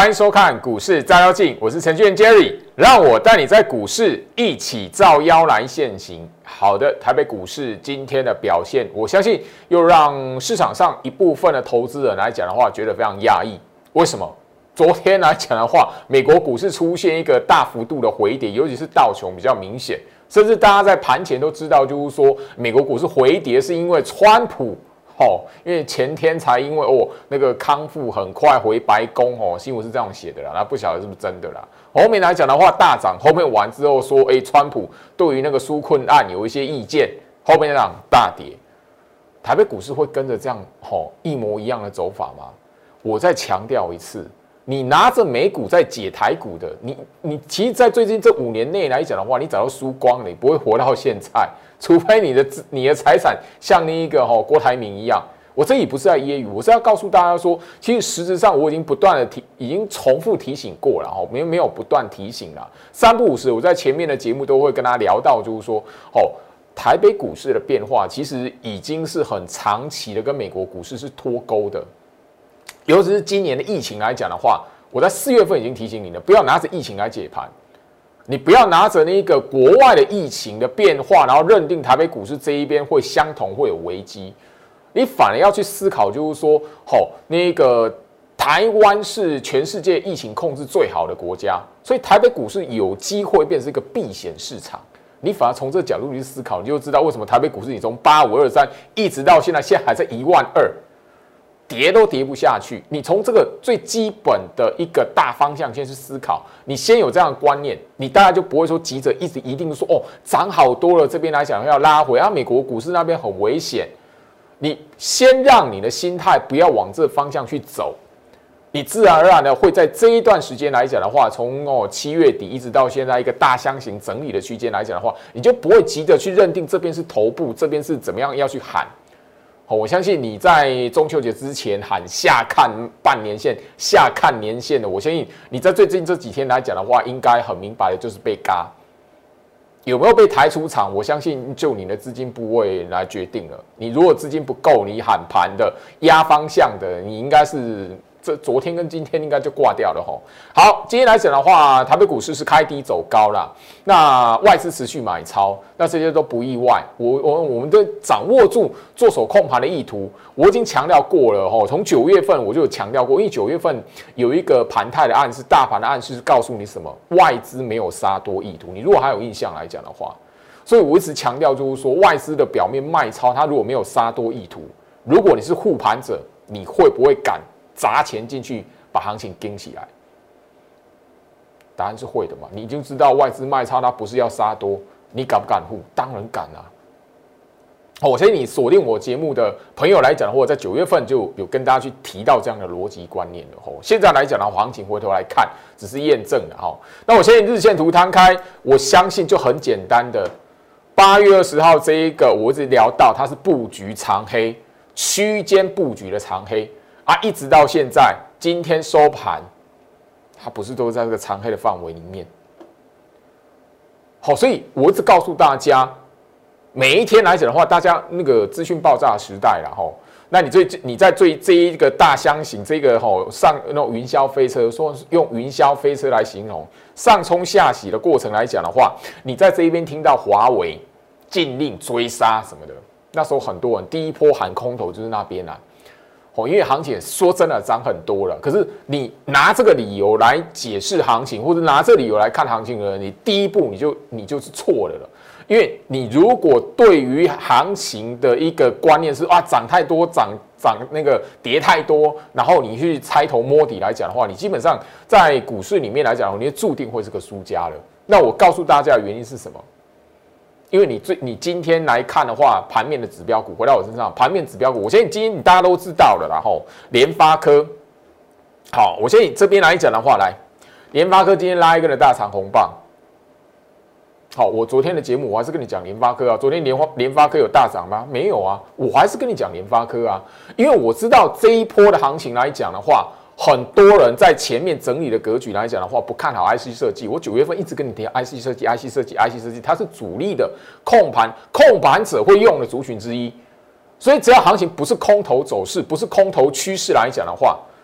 欢迎收看股市照妖镜，我是程序员 Jerry， 让我带你在股市一起照妖来现行。好的，台北股市今天的表现，我相信又让市场上一部分的投资人来讲的话，觉得非常讶异。为什么？昨天来讲的话，美国股市出现一个大幅度的回跌，尤其是道琼比较明显，甚至大家在盘前都知道，就是说美国股市回跌是因为川普。因为前天才因为那个康复很快回白宫新闻是这样写的啦，那不晓得是不是真的啦。后面来讲的话大涨，后面完之后说，川普对于那个纾困案有一些意见，后面涨大跌，台北股市会跟着这样一模一样的走法吗？我再强调一次，你拿着美股在解台股的，你其实，在最近这5年内来讲的话，你早就输光了，你不会活到现在。除非你的财产像那一个郭台铭一样，我这里不是在揶揄，我是要告诉大家说，其实实质上我已经不断的已经重复提醒过了没有不断提醒了。3不5时，我在前面的节目都会跟大家聊到，就是说台北股市的变化其实已经是很长期的跟美国股市是脱钩的，尤其是今年的疫情来讲的话，我在4月份已经提醒你了，不要拿着疫情来解盘。你不要拿着那个国外的疫情的变化，然后认定台北股市这一边会相同会有危机，你反而要去思考，就是说，那个台湾是全世界疫情控制最好的国家，所以台北股市有机会变成一个避险市场。你反而从这个角度去思考，你就知道为什么台北股市你从8523一直到现在还在12000。跌都跌不下去，你从这个最基本的一个大方向先去思考，你先有这样的观念，你大概就不会说急着一定说涨好多了，这边来讲要拉回美国股市那边很危险，你先让你的心态不要往这方向去走，你自然而然的会在这一段时间来讲的话，从7月底一直到现在一个大箱型整理的区间来讲的话，你就不会急着去认定这边是头部，这边是怎么样要去喊。我相信你在中秋节之前喊下看半年线、下看年线的，我相信你在最近这几天来讲的话，应该很明白的就是被嘎。有没有被抬出场？我相信就你的资金部位来决定了。你如果资金不够，你喊盘的、压方向的，你应该是昨天跟今天应该就挂掉了好，今天来讲的话，台北股市是开低走高啦，那外资持续买超，那这些都不意外。我们都掌握住做手控盘的意图，我已经强调过了从9月份我就有强调过，因为9月份有一个盘态的暗示，大盘的暗示是告诉你什么？外资没有杀多意图。你如果还有印象来讲的话，所以我一直强调就是说，外资的表面卖超，它如果没有杀多意图，如果你是护盘者，你会不会敢砸钱进去把行情盯起来？答案是会的嘛？你已经知道外资卖超，它不是要杀多，你敢不敢护？当然敢啊！我相信你锁定我节目的朋友来讲，或者在9月份就有跟大家去提到这样的逻辑观念了现在来讲的话，行情回头来看，只是验证了那我现在日线图摊开，我相信就很简单的，8月20号这一个，我一直聊到它是布局长黑，区间布局的长黑。一直到现在，今天收盘，它不是都在这个长黑的范围里面。所以我一直告诉大家，每一天来讲的话，大家那个资讯爆炸的时代啦那你在这一个大箱型这个上那种云霄飞车，说用云霄飞车来形容上冲下洗的过程来讲的话，你在这一边听到华为禁令追杀什么的，那时候很多人第一波喊空头就是那边啦。因为行情说真的涨很多了，可是你拿这个理由来解释行情，或者拿这个理由来看行情的人，你第一步你就是错了。因为你如果对于行情的一个观念是涨太多，涨那个跌太多，然后你去猜头摸底来讲的话，你基本上在股市里面来讲，你就注定会是个输家了。那我告诉大家的原因是什么？因为你今天来看的话，盘面的指标股回到我身上，盘面指标股，我相信今天大家都知道了啦联发科，好，我相信这边来讲的话，联发科今天拉一根的大长红棒，好，我昨天的节目我还是跟你讲联发科啊，昨天联发科有大涨吗？没有啊，我还是跟你讲联发科啊，因为我知道这一波的行情来讲的话，很多人在前面整理的格局来讲的话，不看好 IC 设计。我9月份一直跟你提 IC 设计，它是主力的控盘者会用的族群之一。所以只要行情不是空头走势，不是空头趋势来讲的话，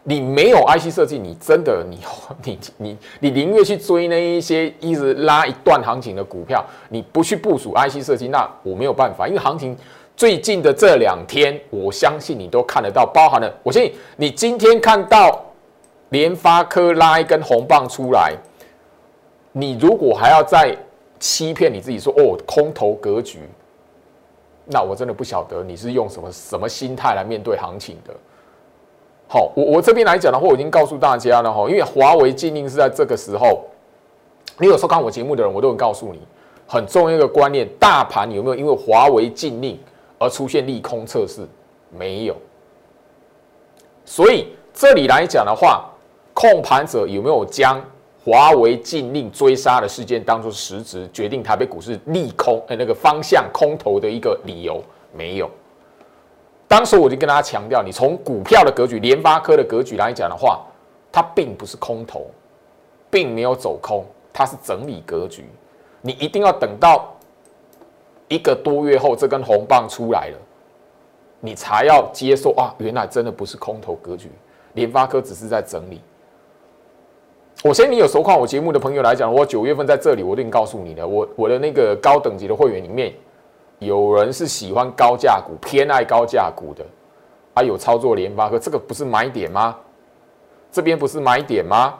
你没有 IC 设计，你真的你宁愿去追那一些一直拉一段行情的股票，你不去部署 IC 设计，那我没有办法，因为行情最近的这2天，我相信你都看得到，包含了我相信你今天看到联发科拉一根红棒出来，你如果还要再欺骗你自己说空头格局，那我真的不晓得你是用什么心态来面对行情的。好，我这边来讲的话，我已经告诉大家了哈，因为华为禁令是在这个时候，你有收看我节目的人，我都会告诉你很重要一个观念：大盘有没有因为华为禁令而出现利空测试？没有。所以这里来讲的话，控盘者有没有将华为禁令追杀的事件当作实质决定台北股市利空那个方向空头的一个理由？没有。当时我就跟大家强调，你从股票的格局、联发科的格局来讲的话，它并不是空头，并没有走空，它是整理格局。你一定要等到1个多月后，这根红棒出来了，你才要接受原来真的不是空头格局，联发科只是在整理。我相信你有收看我节目的朋友来讲，我9月份在这里，我一定告诉你的，我的那个高等级的会员里面。有人是喜欢高价股，偏爱高价股的，有操作联发科，这个不是买点吗？这边不是买点吗？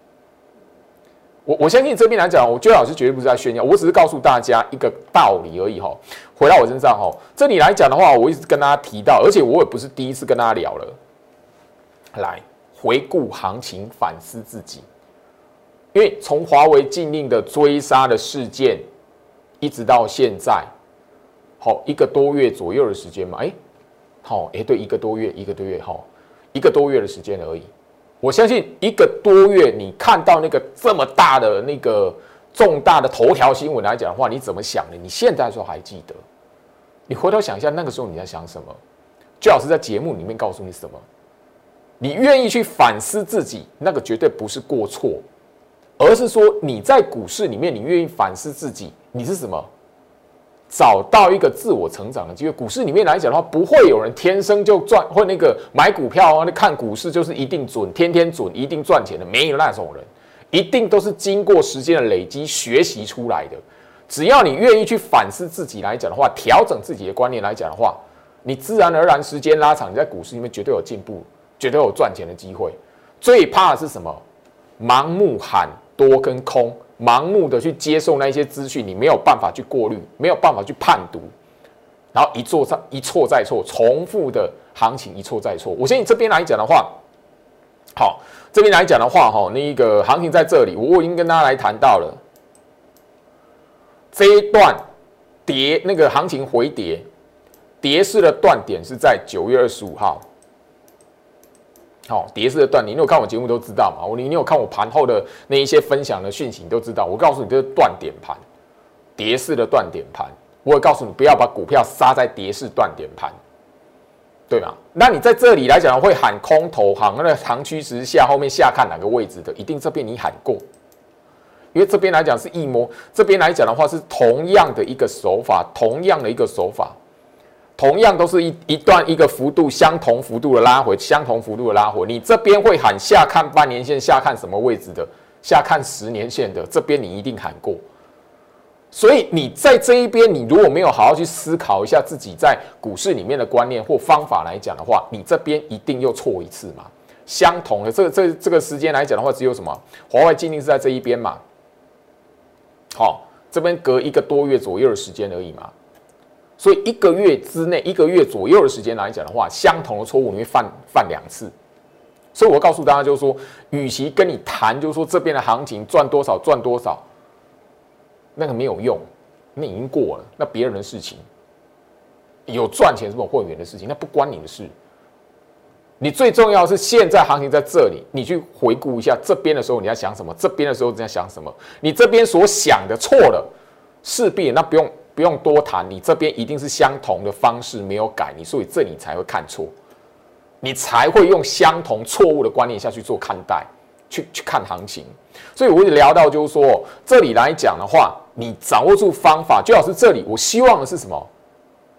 我相信这边来讲，我Joe老师绝对不是在炫耀，我只是告诉大家一个道理而已哈。回到我身上哈，这里来讲的话，我一直跟大家提到，而且我也不是第一次跟大家聊了。来回顾行情，反思自己，因为从华为禁令的追杀的事件，一直到现在。1个多月左右的时间嘛，对，1个多月，1个多月的时间而已。我相信1个多月，你看到那个这么大的那个重大的头条新闻来讲的话，你怎么想的？你现在的时候还记得？你回头想一下，那个时候你在想什么？最好是在节目里面告诉你什么？你愿意去反思自己，那个绝对不是过错，而是说你在股市里面，你愿意反思自己，你是什么？找到一个自我成长的机会。股市里面来讲的话，不会有人天生就赚，或那个买股票看股市就是一定准，天天准，一定赚钱的，没有那种人，一定都是经过时间的累积学习出来的。只要你愿意去反思自己来讲的话，调整自己的观念来讲的话，你自然而然时间拉长，你在股市里面绝对有进步，绝对有赚钱的机会。最怕的是什么？盲目喊多跟空。盲目的去接受那些资讯，你没有办法去过滤，没有办法去判读，然后一错再错，重复的行情一错再错。我相信这边来讲的话，好，这边来讲的话，那个行情在这里，我已经跟大家来谈到了这一段那个行情回跌势的断点是在9月25号。跌势的断点，你有看我节目都知道嘛？你有看我盘后的那一些分享的讯息，你都知道。我告诉你，这是断点盘，跌势的断点盘。我也告诉你，不要把股票杀在跌势断点盘，对吗？那你在这里来讲会喊空头，喊那个长趋势下后面下看哪个位置的，一定这边你喊过，因为这边来讲是一模，这边来讲的话是同样的一个手法，同样的一个手法。同样都是一个幅度相同幅度的拉回，相同幅度的拉回。你这边会喊下看半年线，下看什么位置的？下看10年线的，这边你一定喊过。所以你在这一边，你如果没有好好去思考一下自己在股市里面的观念或方法来讲的话，你这边一定又错一次嘛。相同的这个时间来讲的话，只有什么？华为禁令是在这一边嘛。这边隔1个多月左右的时间而已嘛。所以1个月之内，1个月左右的时间来讲的话，相同的错误你会犯2次。所以我告诉大家，就是说，与其跟你谈，就是说这边的行情赚多少赚多少，那个没有用，那已经过了，那别人的事情。有赚钱是我会员的事情，那不关你的事。你最重要的是现在行情在这里，你去回顾一下这边的时候你在想什么，这边的时候你在想什么，你这边所想的错了，势必那不用多谈，你这边一定是相同的方式没有改，所以这里才会看错，你才会用相同错误的观念下去做看待，去看行情。所以我也聊到就是说，这里来讲的话，你掌握住方法，最好是这里。我希望的是什么？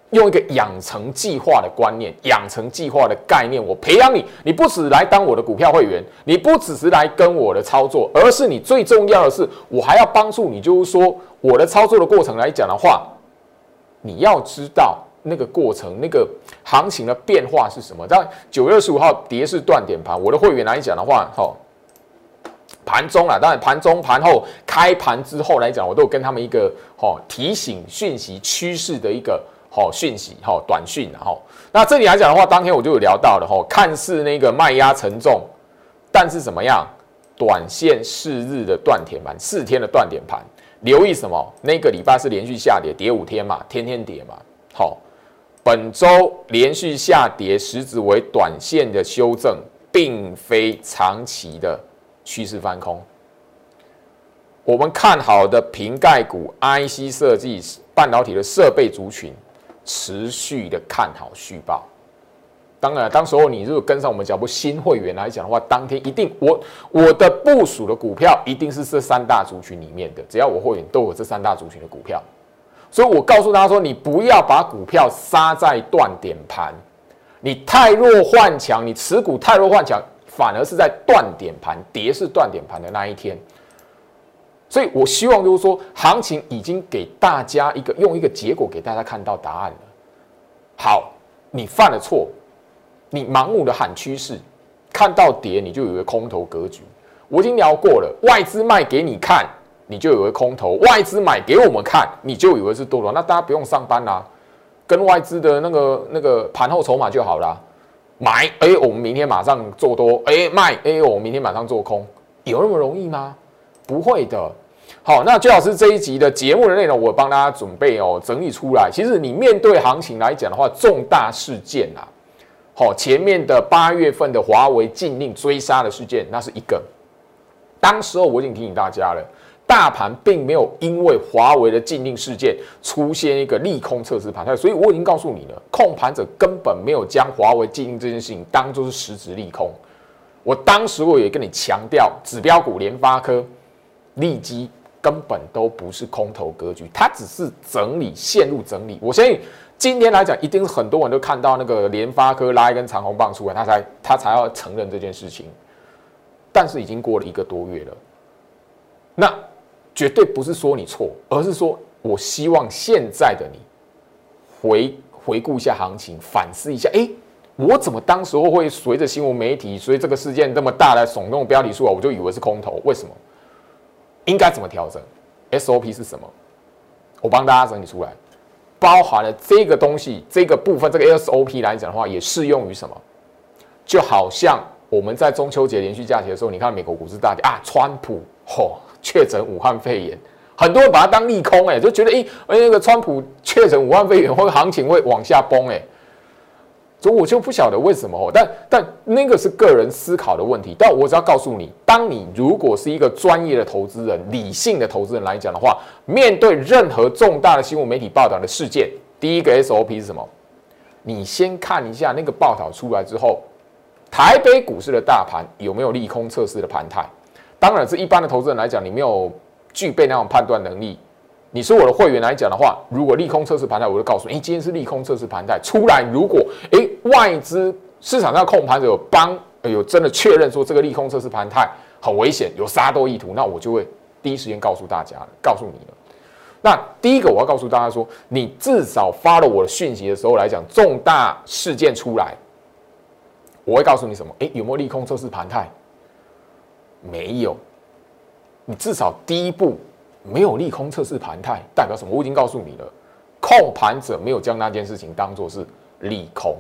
用一个养成计划的观念、养成计划的概念，我培养你，你不只来当我的股票会员，你不只是来跟我的操作，而是你最重要的是，我还要帮助你，就是说我的操作的过程来讲的话，你要知道那个过程、那个行情的变化是什么。当然9月25号跌势断点盘，我的会员来讲的话，盘中啦，当然盘中、盘后、开盘之后来讲，我都有跟他们一个提醒讯息趋势的一个讯息短讯。那这里来讲的话，当天我就有聊到了看似那个卖压沉重，但是怎么样？短线4日的断点盘，4天的断点盘，留意什么？那个礼拜是连续下跌，跌5天嘛，天天跌嘛。本周连续下跌，实质为短线的修正，并非长期的趋势翻空。我们看好的瓶盖股、IC 设计、半导体的设备族群，持续的看好续报。当然，当时候你如果跟上我们脚步，新会员来讲的话，当天一定我的部署的股票一定是这3大族群里面的，只要我会员都有这3大族群的股票。所以我告诉大家说，你不要把股票杀在断点盘，你太弱换强，你持股太弱换强，反而是在断点盘、跌势断点盘的那一天。所以我希望就是说，行情已经给大家用一个结果给大家看到答案了。好，你犯了错，你盲目的喊趋势，看到跌你就以为空头格局。我已经聊过了，外资卖给你看，你就以为空头；外资买给我们看，你就以为是多头。那大家不用上班啦，跟外资的那个盘后筹码就好啦。买，我们明天马上做多；卖，我们明天马上做空，有那么容易吗？不会的。好，那姜老师这一集的节目的内容，我帮大家准备整理出来。其实你面对行情来讲的话，重大事件啊，前面的8月份的华为禁令追杀的事件，那是一个。当时候我已经提醒大家了，大盘并没有因为华为的禁令事件出现一个利空测试盘态，所以我已经告诉你了，控盘者根本没有将华为禁令这件事情当作是实质利空。我当时我也跟你强调，指标股联发科、利基根本都不是空头格局，它只是整理，陷入整理。我相信今天来讲，一定是很多人都看到那个联发科拉一根长红棒出来，他才要承认这件事情。但是已经过了1个多月了，那绝对不是说你错，而是说我希望现在的你回顾一下行情，反思一下，我怎么当时候会随着新闻媒体，随着这个事件这么大的耸动标题出来，我就以为是空头？为什么？应该怎么调整 ？SOP 是什么？我帮大家整理出来，包含了这个东西，这个部分，这个 SOP 来讲的话，也适用于什么？就好像我们在中秋节连续假期的时候，你看美国股市大跌啊，川普确诊武汉肺炎，很多人把它当利空，就觉得那个川普确诊武汉肺炎，行情会往下崩，所以我就不晓得为什么，但那个是个人思考的问题。但我只要告诉你，当你如果是一个专业的投资人、理性的投资人来讲的话，面对任何重大的新闻媒体报道的事件，第一个 SOP 是什么？你先看一下那个报道出来之后，台北股市的大盘有没有利空测试的盘态？当然，是一般的投资人来讲，你没有具备那种判断能力。你是我的会员来讲的话，如果利空测试盘态，我就告诉你，今天是利空测试盘态出来。如果外资市场上控盘者有真的确认说这个利空测试盘态很危险，有杀多意图，那我就会第一时间告诉大家了，告诉你了。那第一个我要告诉大家说，你至少发了我的讯息的时候来讲，重大事件出来，我会告诉你什么？有没有利空测试盘态？没有。你至少第一步没有利空测试盘态，代表什么？我已经告诉你了，控盘者没有将那件事情当作是利空。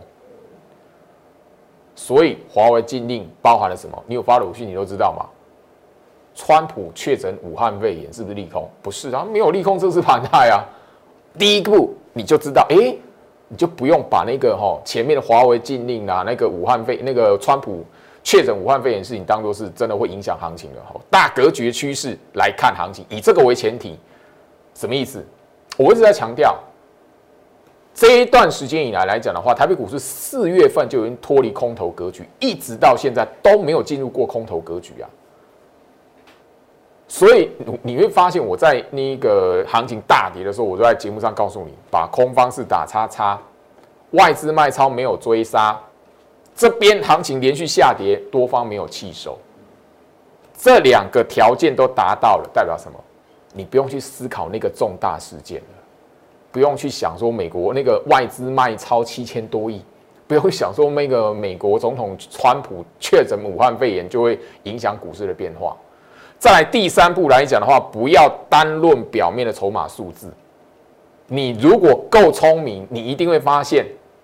所以华为禁令包含了什么？你有发了我讯，你都知道吗？川普确诊武汉肺炎是不是利空？不是啊，没有利空测试盘态啊。第一步你就知道，你就不用把那个前面的华为禁令啊，那个川普确诊武汉肺炎事情当作是真的会影响行情的。大格局的趋势来看行情，以这个为前提，什么意思？我一直在强调，这一段时间以来讲的话，台北股市4月份就已经脱离空头格局，一直到现在都没有进入过空头格局啊。 所以你会发现，我在那个行情大跌的时候，我就在节目上告诉你，把空方是打叉叉，外资卖超没有追杀，这边行情连续下跌，多方没有弃守，这2个条件都达到了，代表什么？你不用去思考那个重大事件了，不用去想说美国那个外资卖超7000多亿，不用想说那个美国总统川普确诊武汉肺炎就会影响股市的变化。再来第3步来讲的话，不要单论表面的筹码数字。你如果够聪明，你一定会发现，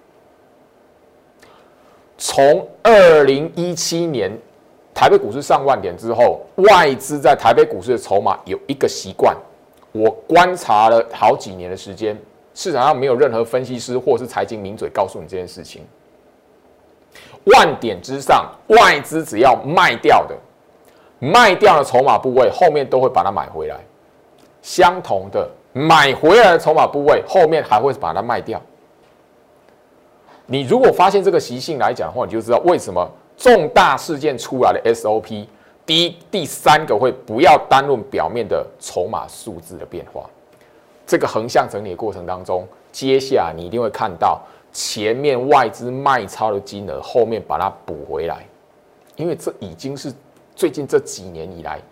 从2017年台北股市上万点之后，外资在台北股市的筹码有一个习惯，我观察了好几年的时间，市场上没有任何分析师或是财经名嘴告诉你这件事情。万点之上，外资只要卖掉的筹码部位，后面都会把它买回来。相同的，买回来的筹码部位，后面还会把它卖掉。你如果发现这个习性来讲的话，你就知道为什么重大事件出来的 SOP， 第3个会不要单论表面的筹码数字的变化。这个横向整理的过程当中，接下来你一定会看到前面外资卖超的金额，后面把它补回来，因为这已经是最近这几年以来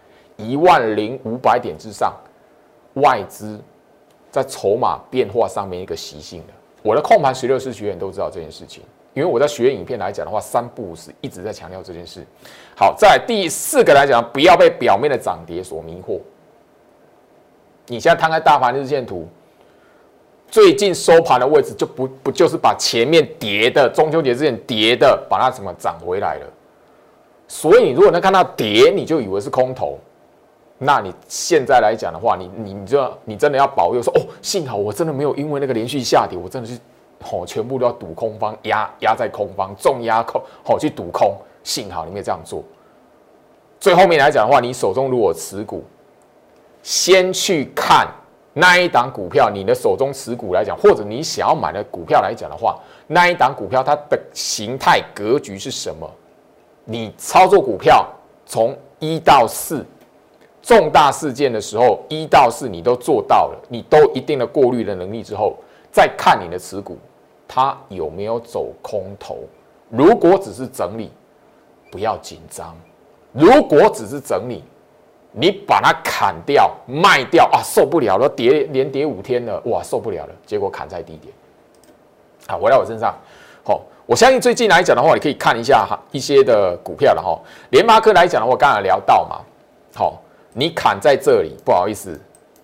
10500点之上，外资在筹码变化上面一个习性的。我的控盘16式学员都知道这件事情，因为我在学员影片来讲的话，3不5时一直在强调这件事。好，再来第4个来讲，不要被表面的涨跌所迷惑。你现在摊开大盘日线图，最近收盘的位置就不就是把前面跌的中秋节之前跌的，把它怎么涨回来了？所以你如果能看到跌，你就以为是空头，那你现在来讲的话，你真的要保佑说，哦，幸好我真的没有因为那个连续下跌，我真的是全部都要赌空方，压在空方，重压空，去赌空，幸好你没有这样做。最后面来讲的话，你手中如果持股，先去看那一档股票，你的手中持股来讲，或者你想要买的股票来讲的话，那一档股票它的形态格局是什么？你操作股票从1到4，重大事件的时候1到4你都做到了，你都一定的过滤的能力之后，再看你的持股，它有没有走空头。如果只是整理，不要紧张；如果只是整理，你把它砍掉、卖掉啊，受不了了，连跌5天了，哇，受不了了，结果砍在低点。好，回到我身上，我相信最近来讲的话，你可以看一下一些的股票了哈。联发科来讲的话，我刚才聊到嘛，你砍在这里，不好意思，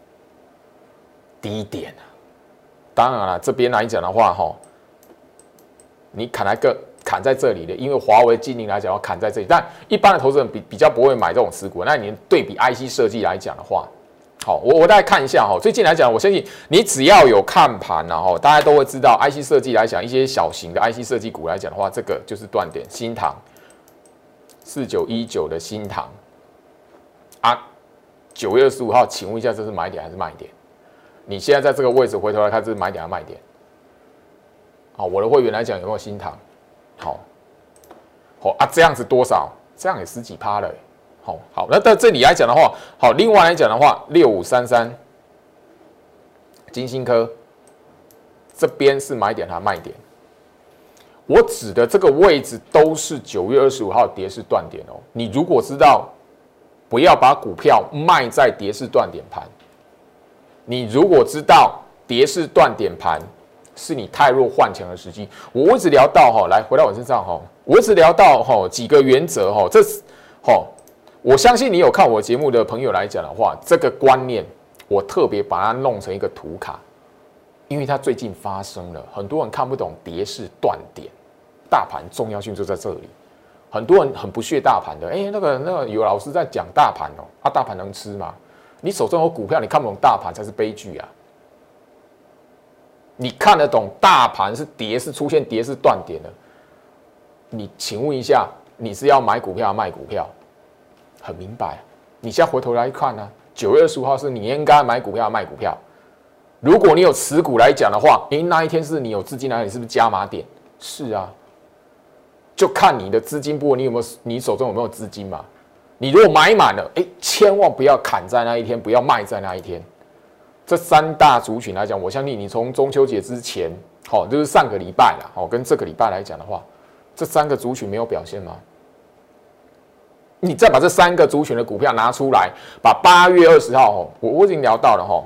低点啊。当然了，这边来讲的话，你砍在这里的，因为华为、精灵来讲要砍在这里，但一般的投资人比较不会买这种持股。那你对比 IC 设计来讲的话，我大概看一下最近来讲，我相信你只要有看盘大家都会知道 IC 设计来讲，一些小型的 IC 设计股来讲的话，这个就是断点，新唐4919的新唐啊，9月25号，请问一下，这是买点还是卖点？你现在在这个位置回头来看，这是买点还是卖点？好，我的会员来讲有没有新唐？这样子多少？这样也10几%了。好，那到这里来讲的话，另外来讲的话，6533金星科这边是买点还是卖点？我指的这个位置都是9月25号跌势断点哦。你如果知道，不要把股票卖在跌势断点盘。你如果知道跌势断点盘是你太弱换强的时机，我一直聊到来回到我身上我一直聊到几个原则这我相信你有看我节目的朋友来讲的话，这个观念我特别把它弄成一个图卡，因为它最近发生了，很多人看不懂跌势断点，大盘重要性就在这里。很多人很不屑大盘的，那个有老师在讲大盘大盘能吃吗？你手中有股票，你看不懂大盘才是悲剧啊！你看得懂大盘是跌是出现跌是断点的，你请问一下，你是要买股票还是卖股票？很明白，你现在回头来看呢，9月25号是你应该买股票还是卖股票？如果你有持股来讲的话，那一天是你有资金来，你是不是加码点？是啊，就看你的资金部位，你手中有没有资金嘛？ 你如果买满了，千万不要砍在那一天，不要卖在那一天。这三大族群来讲，我相信你从中秋节之前，就是上个礼拜啦，跟这个礼拜来讲的话，这三个族群没有表现吗？你再把这三个族群的股票拿出来，把8月20号，我已经聊到了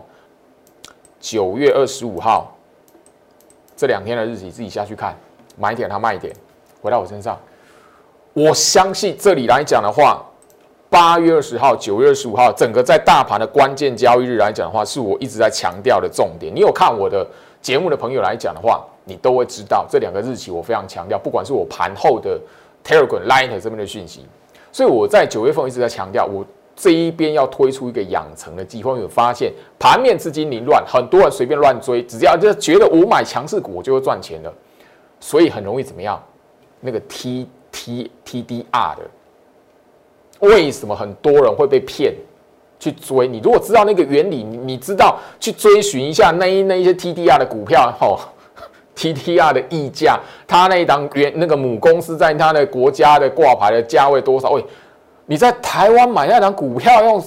9月25号这2天的日期，自己下去看，买点它卖点，回到我身上。我相信这里来讲的话，8月20号、9月25号，整个在大盘的关键交易日来讲的话，是我一直在强调的重点。你有看我的节目的朋友来讲的话，你都会知道这2个日期我非常强调，不管是我盘后的 Telegram、Line 这边的讯息。所以我在9月份一直在强调，我这一边要推出一个养成的计划。有发现盘面资金凌乱，很多人随便乱追，只要就觉得我买强势股我就会赚钱了，所以很容易怎么样？那个 TDR 的，为什么很多人会被骗去追？你如果知道那个原理，你知道去追寻一下那一些 TDR 的股票TDR 的溢价，它那一档那个母公司在它的国家的挂牌的价位多少？你在台湾买那档股票用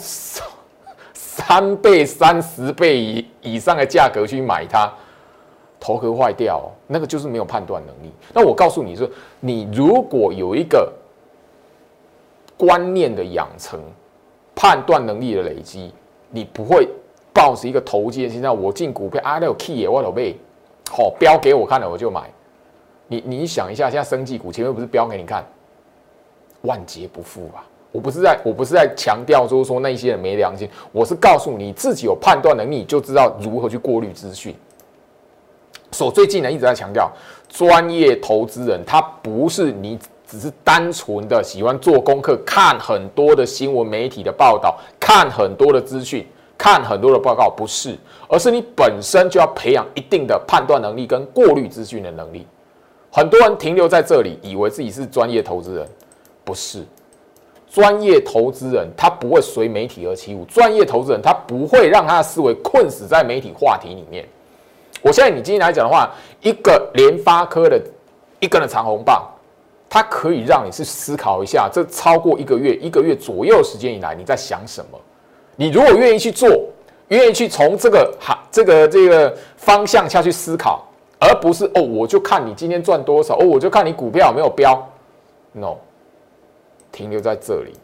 3倍、30倍以上的价格去买它，头壳坏掉那个就是没有判断能力。那我告诉你说，你如果有一个观念的养成、判断能力的累积，你不会抱持一个投机的心态。我进股票那有 key 我都买。标给我看了我就买，你想一下，现在生技股前面不是标给你看，万劫不复啊！我不是在强调说那些人没良心，我是告诉你自己有判断能力，就知道如何去过滤资讯。所以最近呢一直在强调，专业投资人他不是你只是单纯的喜欢做功课，看很多的新闻媒体的报道，看很多的资讯。看很多的报告不是，而是你本身就要培养一定的判断能力跟过滤资讯的能力。很多人停留在这里，以为自己是专业投资人，不是。专业投资人他不会随媒体而起舞，专业投资人他不会让他的思维困死在媒体话题里面。我现在你今天来讲的话，一个联发科的一根的长红棒，它可以让你去思考一下，这超过一个月左右的时间以来你在想什么。你如果愿意去做，愿意去从这个方向下去思考，而不是我就看你今天赚多少，我就看你股票有没有飙 ，no， 停留在这里。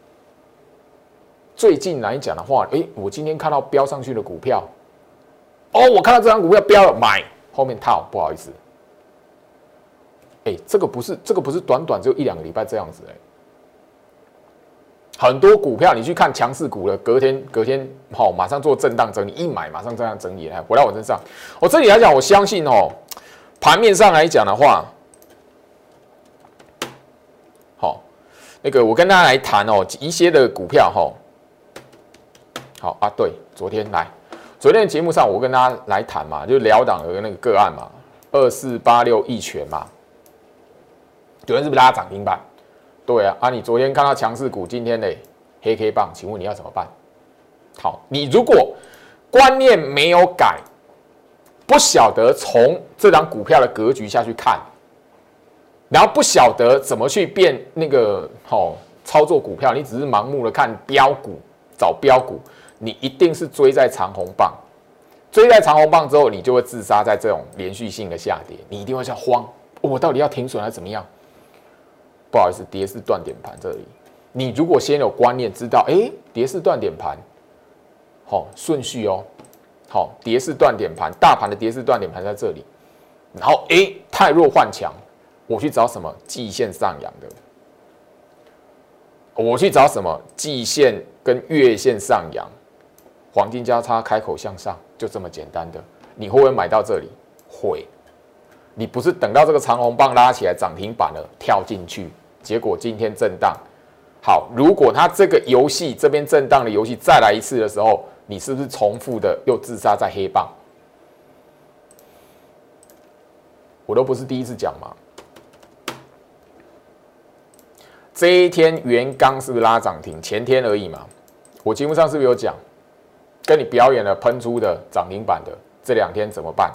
最近来讲的话，我今天看到飙上去的股票，我看到这张股票飙了，买，后面套，不好意思，这个不是短短只有1-2个礼拜这样子很多股票你去看强势股了，隔天马上做震荡整理，一买马上这样整理，回到我身上。这里来讲，我相信盘面上来讲的话，那个我跟大家来谈一些的股票对，昨天的节目上我跟大家来谈嘛，就聊档的那个个案嘛，2486一拳嘛，昨天是不是拉涨停板？对啊，你昨天看到强势股，今天嘞黑 K 棒，请问你要怎么办？好，你如果观念没有改，不晓得从这张股票的格局下去看，然后不晓得怎么去变那个操作股票，你只是盲目的看标股，找标股，你一定是追在长红棒，追在长红棒之后，你就会自杀在这种连续性的下跌，你一定会慌，我到底要停损还是怎么样？不好意思，跌势断点盘这里，你如果先有观念知道，跌势断点盘，顺序跌势断点盘，大盘的跌势断点盘在这里，然后太弱换强，我去找什么季线上扬的，我去找什么季线跟月线上扬，黄金交叉开口向上，就这么简单的，你会不会买到这里？会。你不是等到这个长红棒拉起来涨停板了跳进去，结果今天震荡。好，如果它这个游戏这边震荡的游戏再来一次的时候，你是不是重复的又自杀在黑棒？我都不是第一次讲嘛。这一天元刚是不是拉涨停？前天而已嘛。我节目上是不是有讲，跟你表演了喷出的涨停板的这2天怎么办？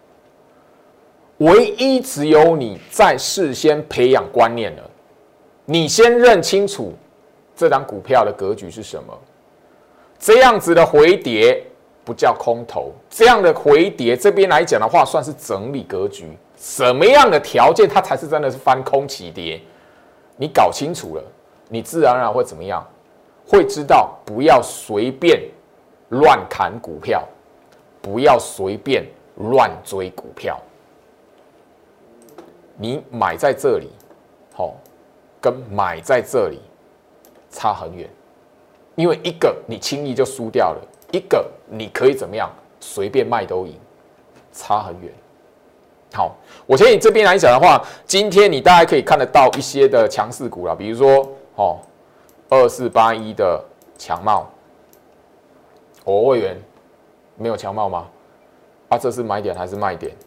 唯一只有你在事先培养观念了，你先认清楚这档股票的格局是什么？这样子的回跌不叫空头，这样的回跌这边来讲的话，算是整理格局。什么样的条件它才是真的是翻空起跌？你搞清楚了，你自然而然会怎么样？会知道不要随便乱砍股票，不要随便乱追股票。你买在这里，跟买在这里差很远，因为一个你轻易就输掉了，一个你可以怎么样随便卖都赢，差很远。好，我先以这边来讲的话，今天你大概可以看得到一些的强势股啦，比如说2481的强茂，我会员没有强茂吗？这是买点还是卖点？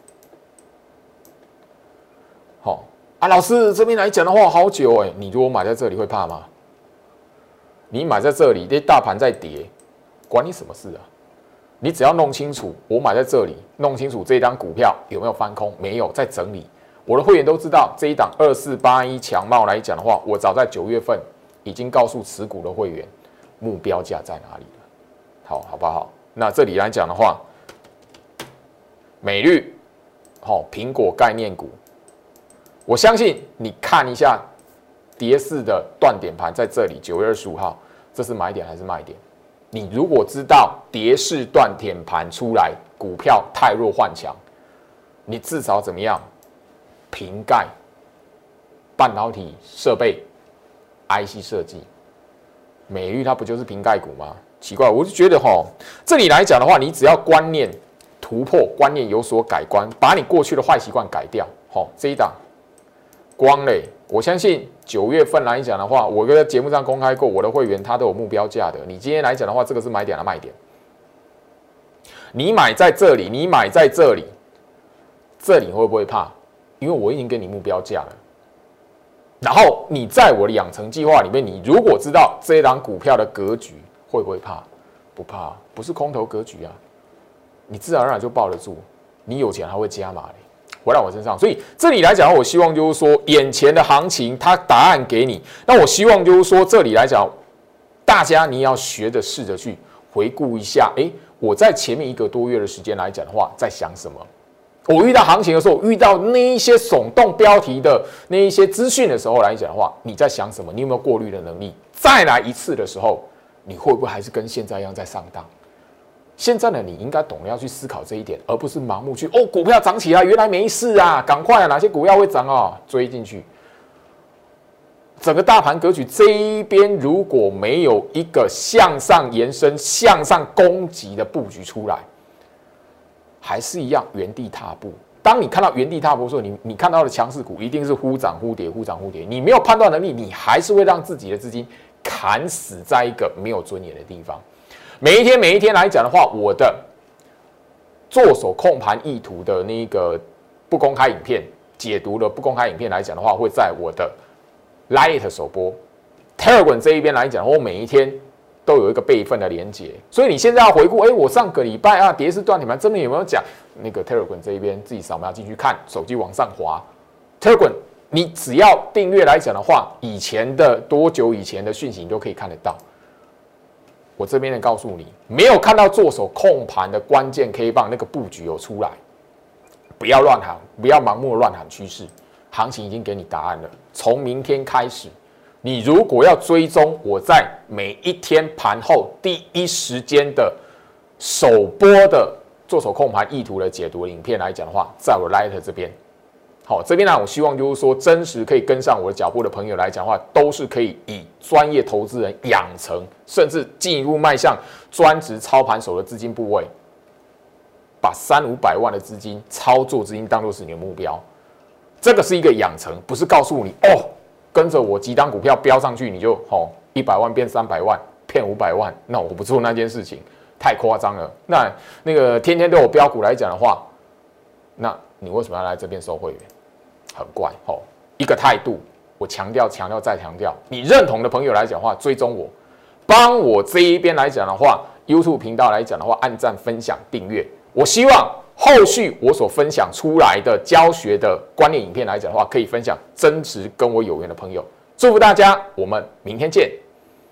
老师这边来讲的话，好久你如果买在这里会怕吗？你买在这里，这大盘在跌，管你什么事啊？你只要弄清楚，我买在这里，弄清楚这一张股票有没有翻空，没有，在整理。我的会员都知道，这一档2481强茂来讲的话，我早在9月份已经告诉持股的会员目标价在哪里了，好不好？那这里来讲的话，美律，苹果概念股，我相信你看一下跌势的断点盘在这里，9月25号，这是买点还是卖点？你如果知道跌势断点盘出来，股票太弱换强，你至少怎么样？瓶盖、半导体设备、IC 设计，美律它不就是瓶盖股吗？奇怪，我就觉得这里来讲的话，你只要观念突破，观念有所改观，把你过去的坏习惯改掉，这一档光磊，我相信9月份来讲的话，我在节目上公开过，我的会员他都有目标价的。你今天来讲的话，这个是买点还是卖点？你买在这里，你买在这里，这里会不会怕？因为我已经给你目标价了。然后你在我的养成计划里面，你如果知道这一档股票的格局，会不会怕？不怕，不是空头格局啊，你自然而然就抱得住。你有钱还会加码嘞。回到我身上，所以这里来讲，我希望就是说，眼前的行情，它答案给你。那我希望就是说，这里来讲，大家你要学着试着去回顾一下，我在前面1个多月的时间来讲的话，在想什么？我遇到行情的时候，遇到那一些耸动标题的那一些资讯的时候来讲的话，你在想什么？你有没有过滤的能力？再来一次的时候，你会不会还是跟现在一样在上当？现在呢，你应该懂得要去思考这一点，而不是盲目去股票涨起来，原来没事啊，赶快啊，哪些股票会涨啊，追进去。整个大盘格局这一边如果没有一个向上延伸、向上攻击的布局出来，还是一样原地踏步。当你看到原地踏步的时候，你看到的强势股一定是忽涨忽跌，忽涨忽跌。你没有判断能力，你还是会让自己的资金砍死在一个没有尊严的地方。每一天来讲的话，我的做手控盘意图的那个不公开影片解读的不公开影片来讲的话，会在我的 Lite 首播 Telegram 这一边来讲，我每一天都有一个备份的连结。所以你现在要回顾，我上个礼拜跌势断点盘，这边有没有讲？那个 Telegram 这一边自己扫描进去看，手机往上滑 Telegram， 你只要订阅来讲的话，以前的多久以前的讯息你都可以看得到。我这边的告诉你，没有看到做手控盘的关键 K 棒那个布局有出来，不要乱喊，不要盲目的乱喊趋势，行情已经给你答案了。从明天开始，你如果要追踪我在每一天盘后第一时间的首播的做手控盘意图的解读的影片来讲的话，在我 Lite 这边。好，这边呢，我希望就是说，真实可以跟上我的脚步的朋友来讲的话，都是可以以专业投资人养成，甚至进一步迈向专职操盘手的资金部位，把300-500万的资金操作资金当作是你的目标。这个是一个养成，不是告诉你跟着我几档股票飙上去，你就100万变300万，骗500万，那我不做那件事情，太夸张了。那个天天都有标股来讲的话，那你为什么要来这边收会员？很怪一个态度，我强调再强调，你认同的朋友来讲的话，追踪我，帮我这一边来讲的话 ，YouTube 频道来讲的话，按赞、分享、订阅。我希望后续我所分享出来的教学的观念影片来讲的话，可以分享真实跟我有缘的朋友。祝福大家，我们明天见。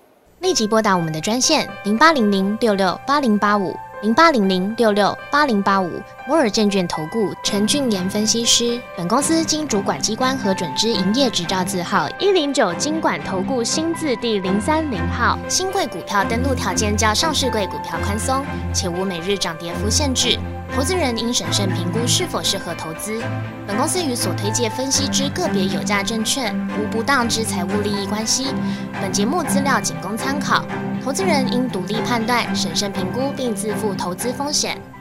立即拨打我们的专线08006680850800668085摩尔证券投顾陈俊言分析师。本公司经主管机关核准之营业执照字号109金管投顾新字第030号。新贵股票登录条件较上市贵股票宽松，且无每日涨跌幅限制。投资人应审慎评估是否适合投资。本公司与所推介分析之个别有价证券无不当之财务利益关系。本节目资料仅供参考，投资人应独立判断、审慎评估并自负投资风险。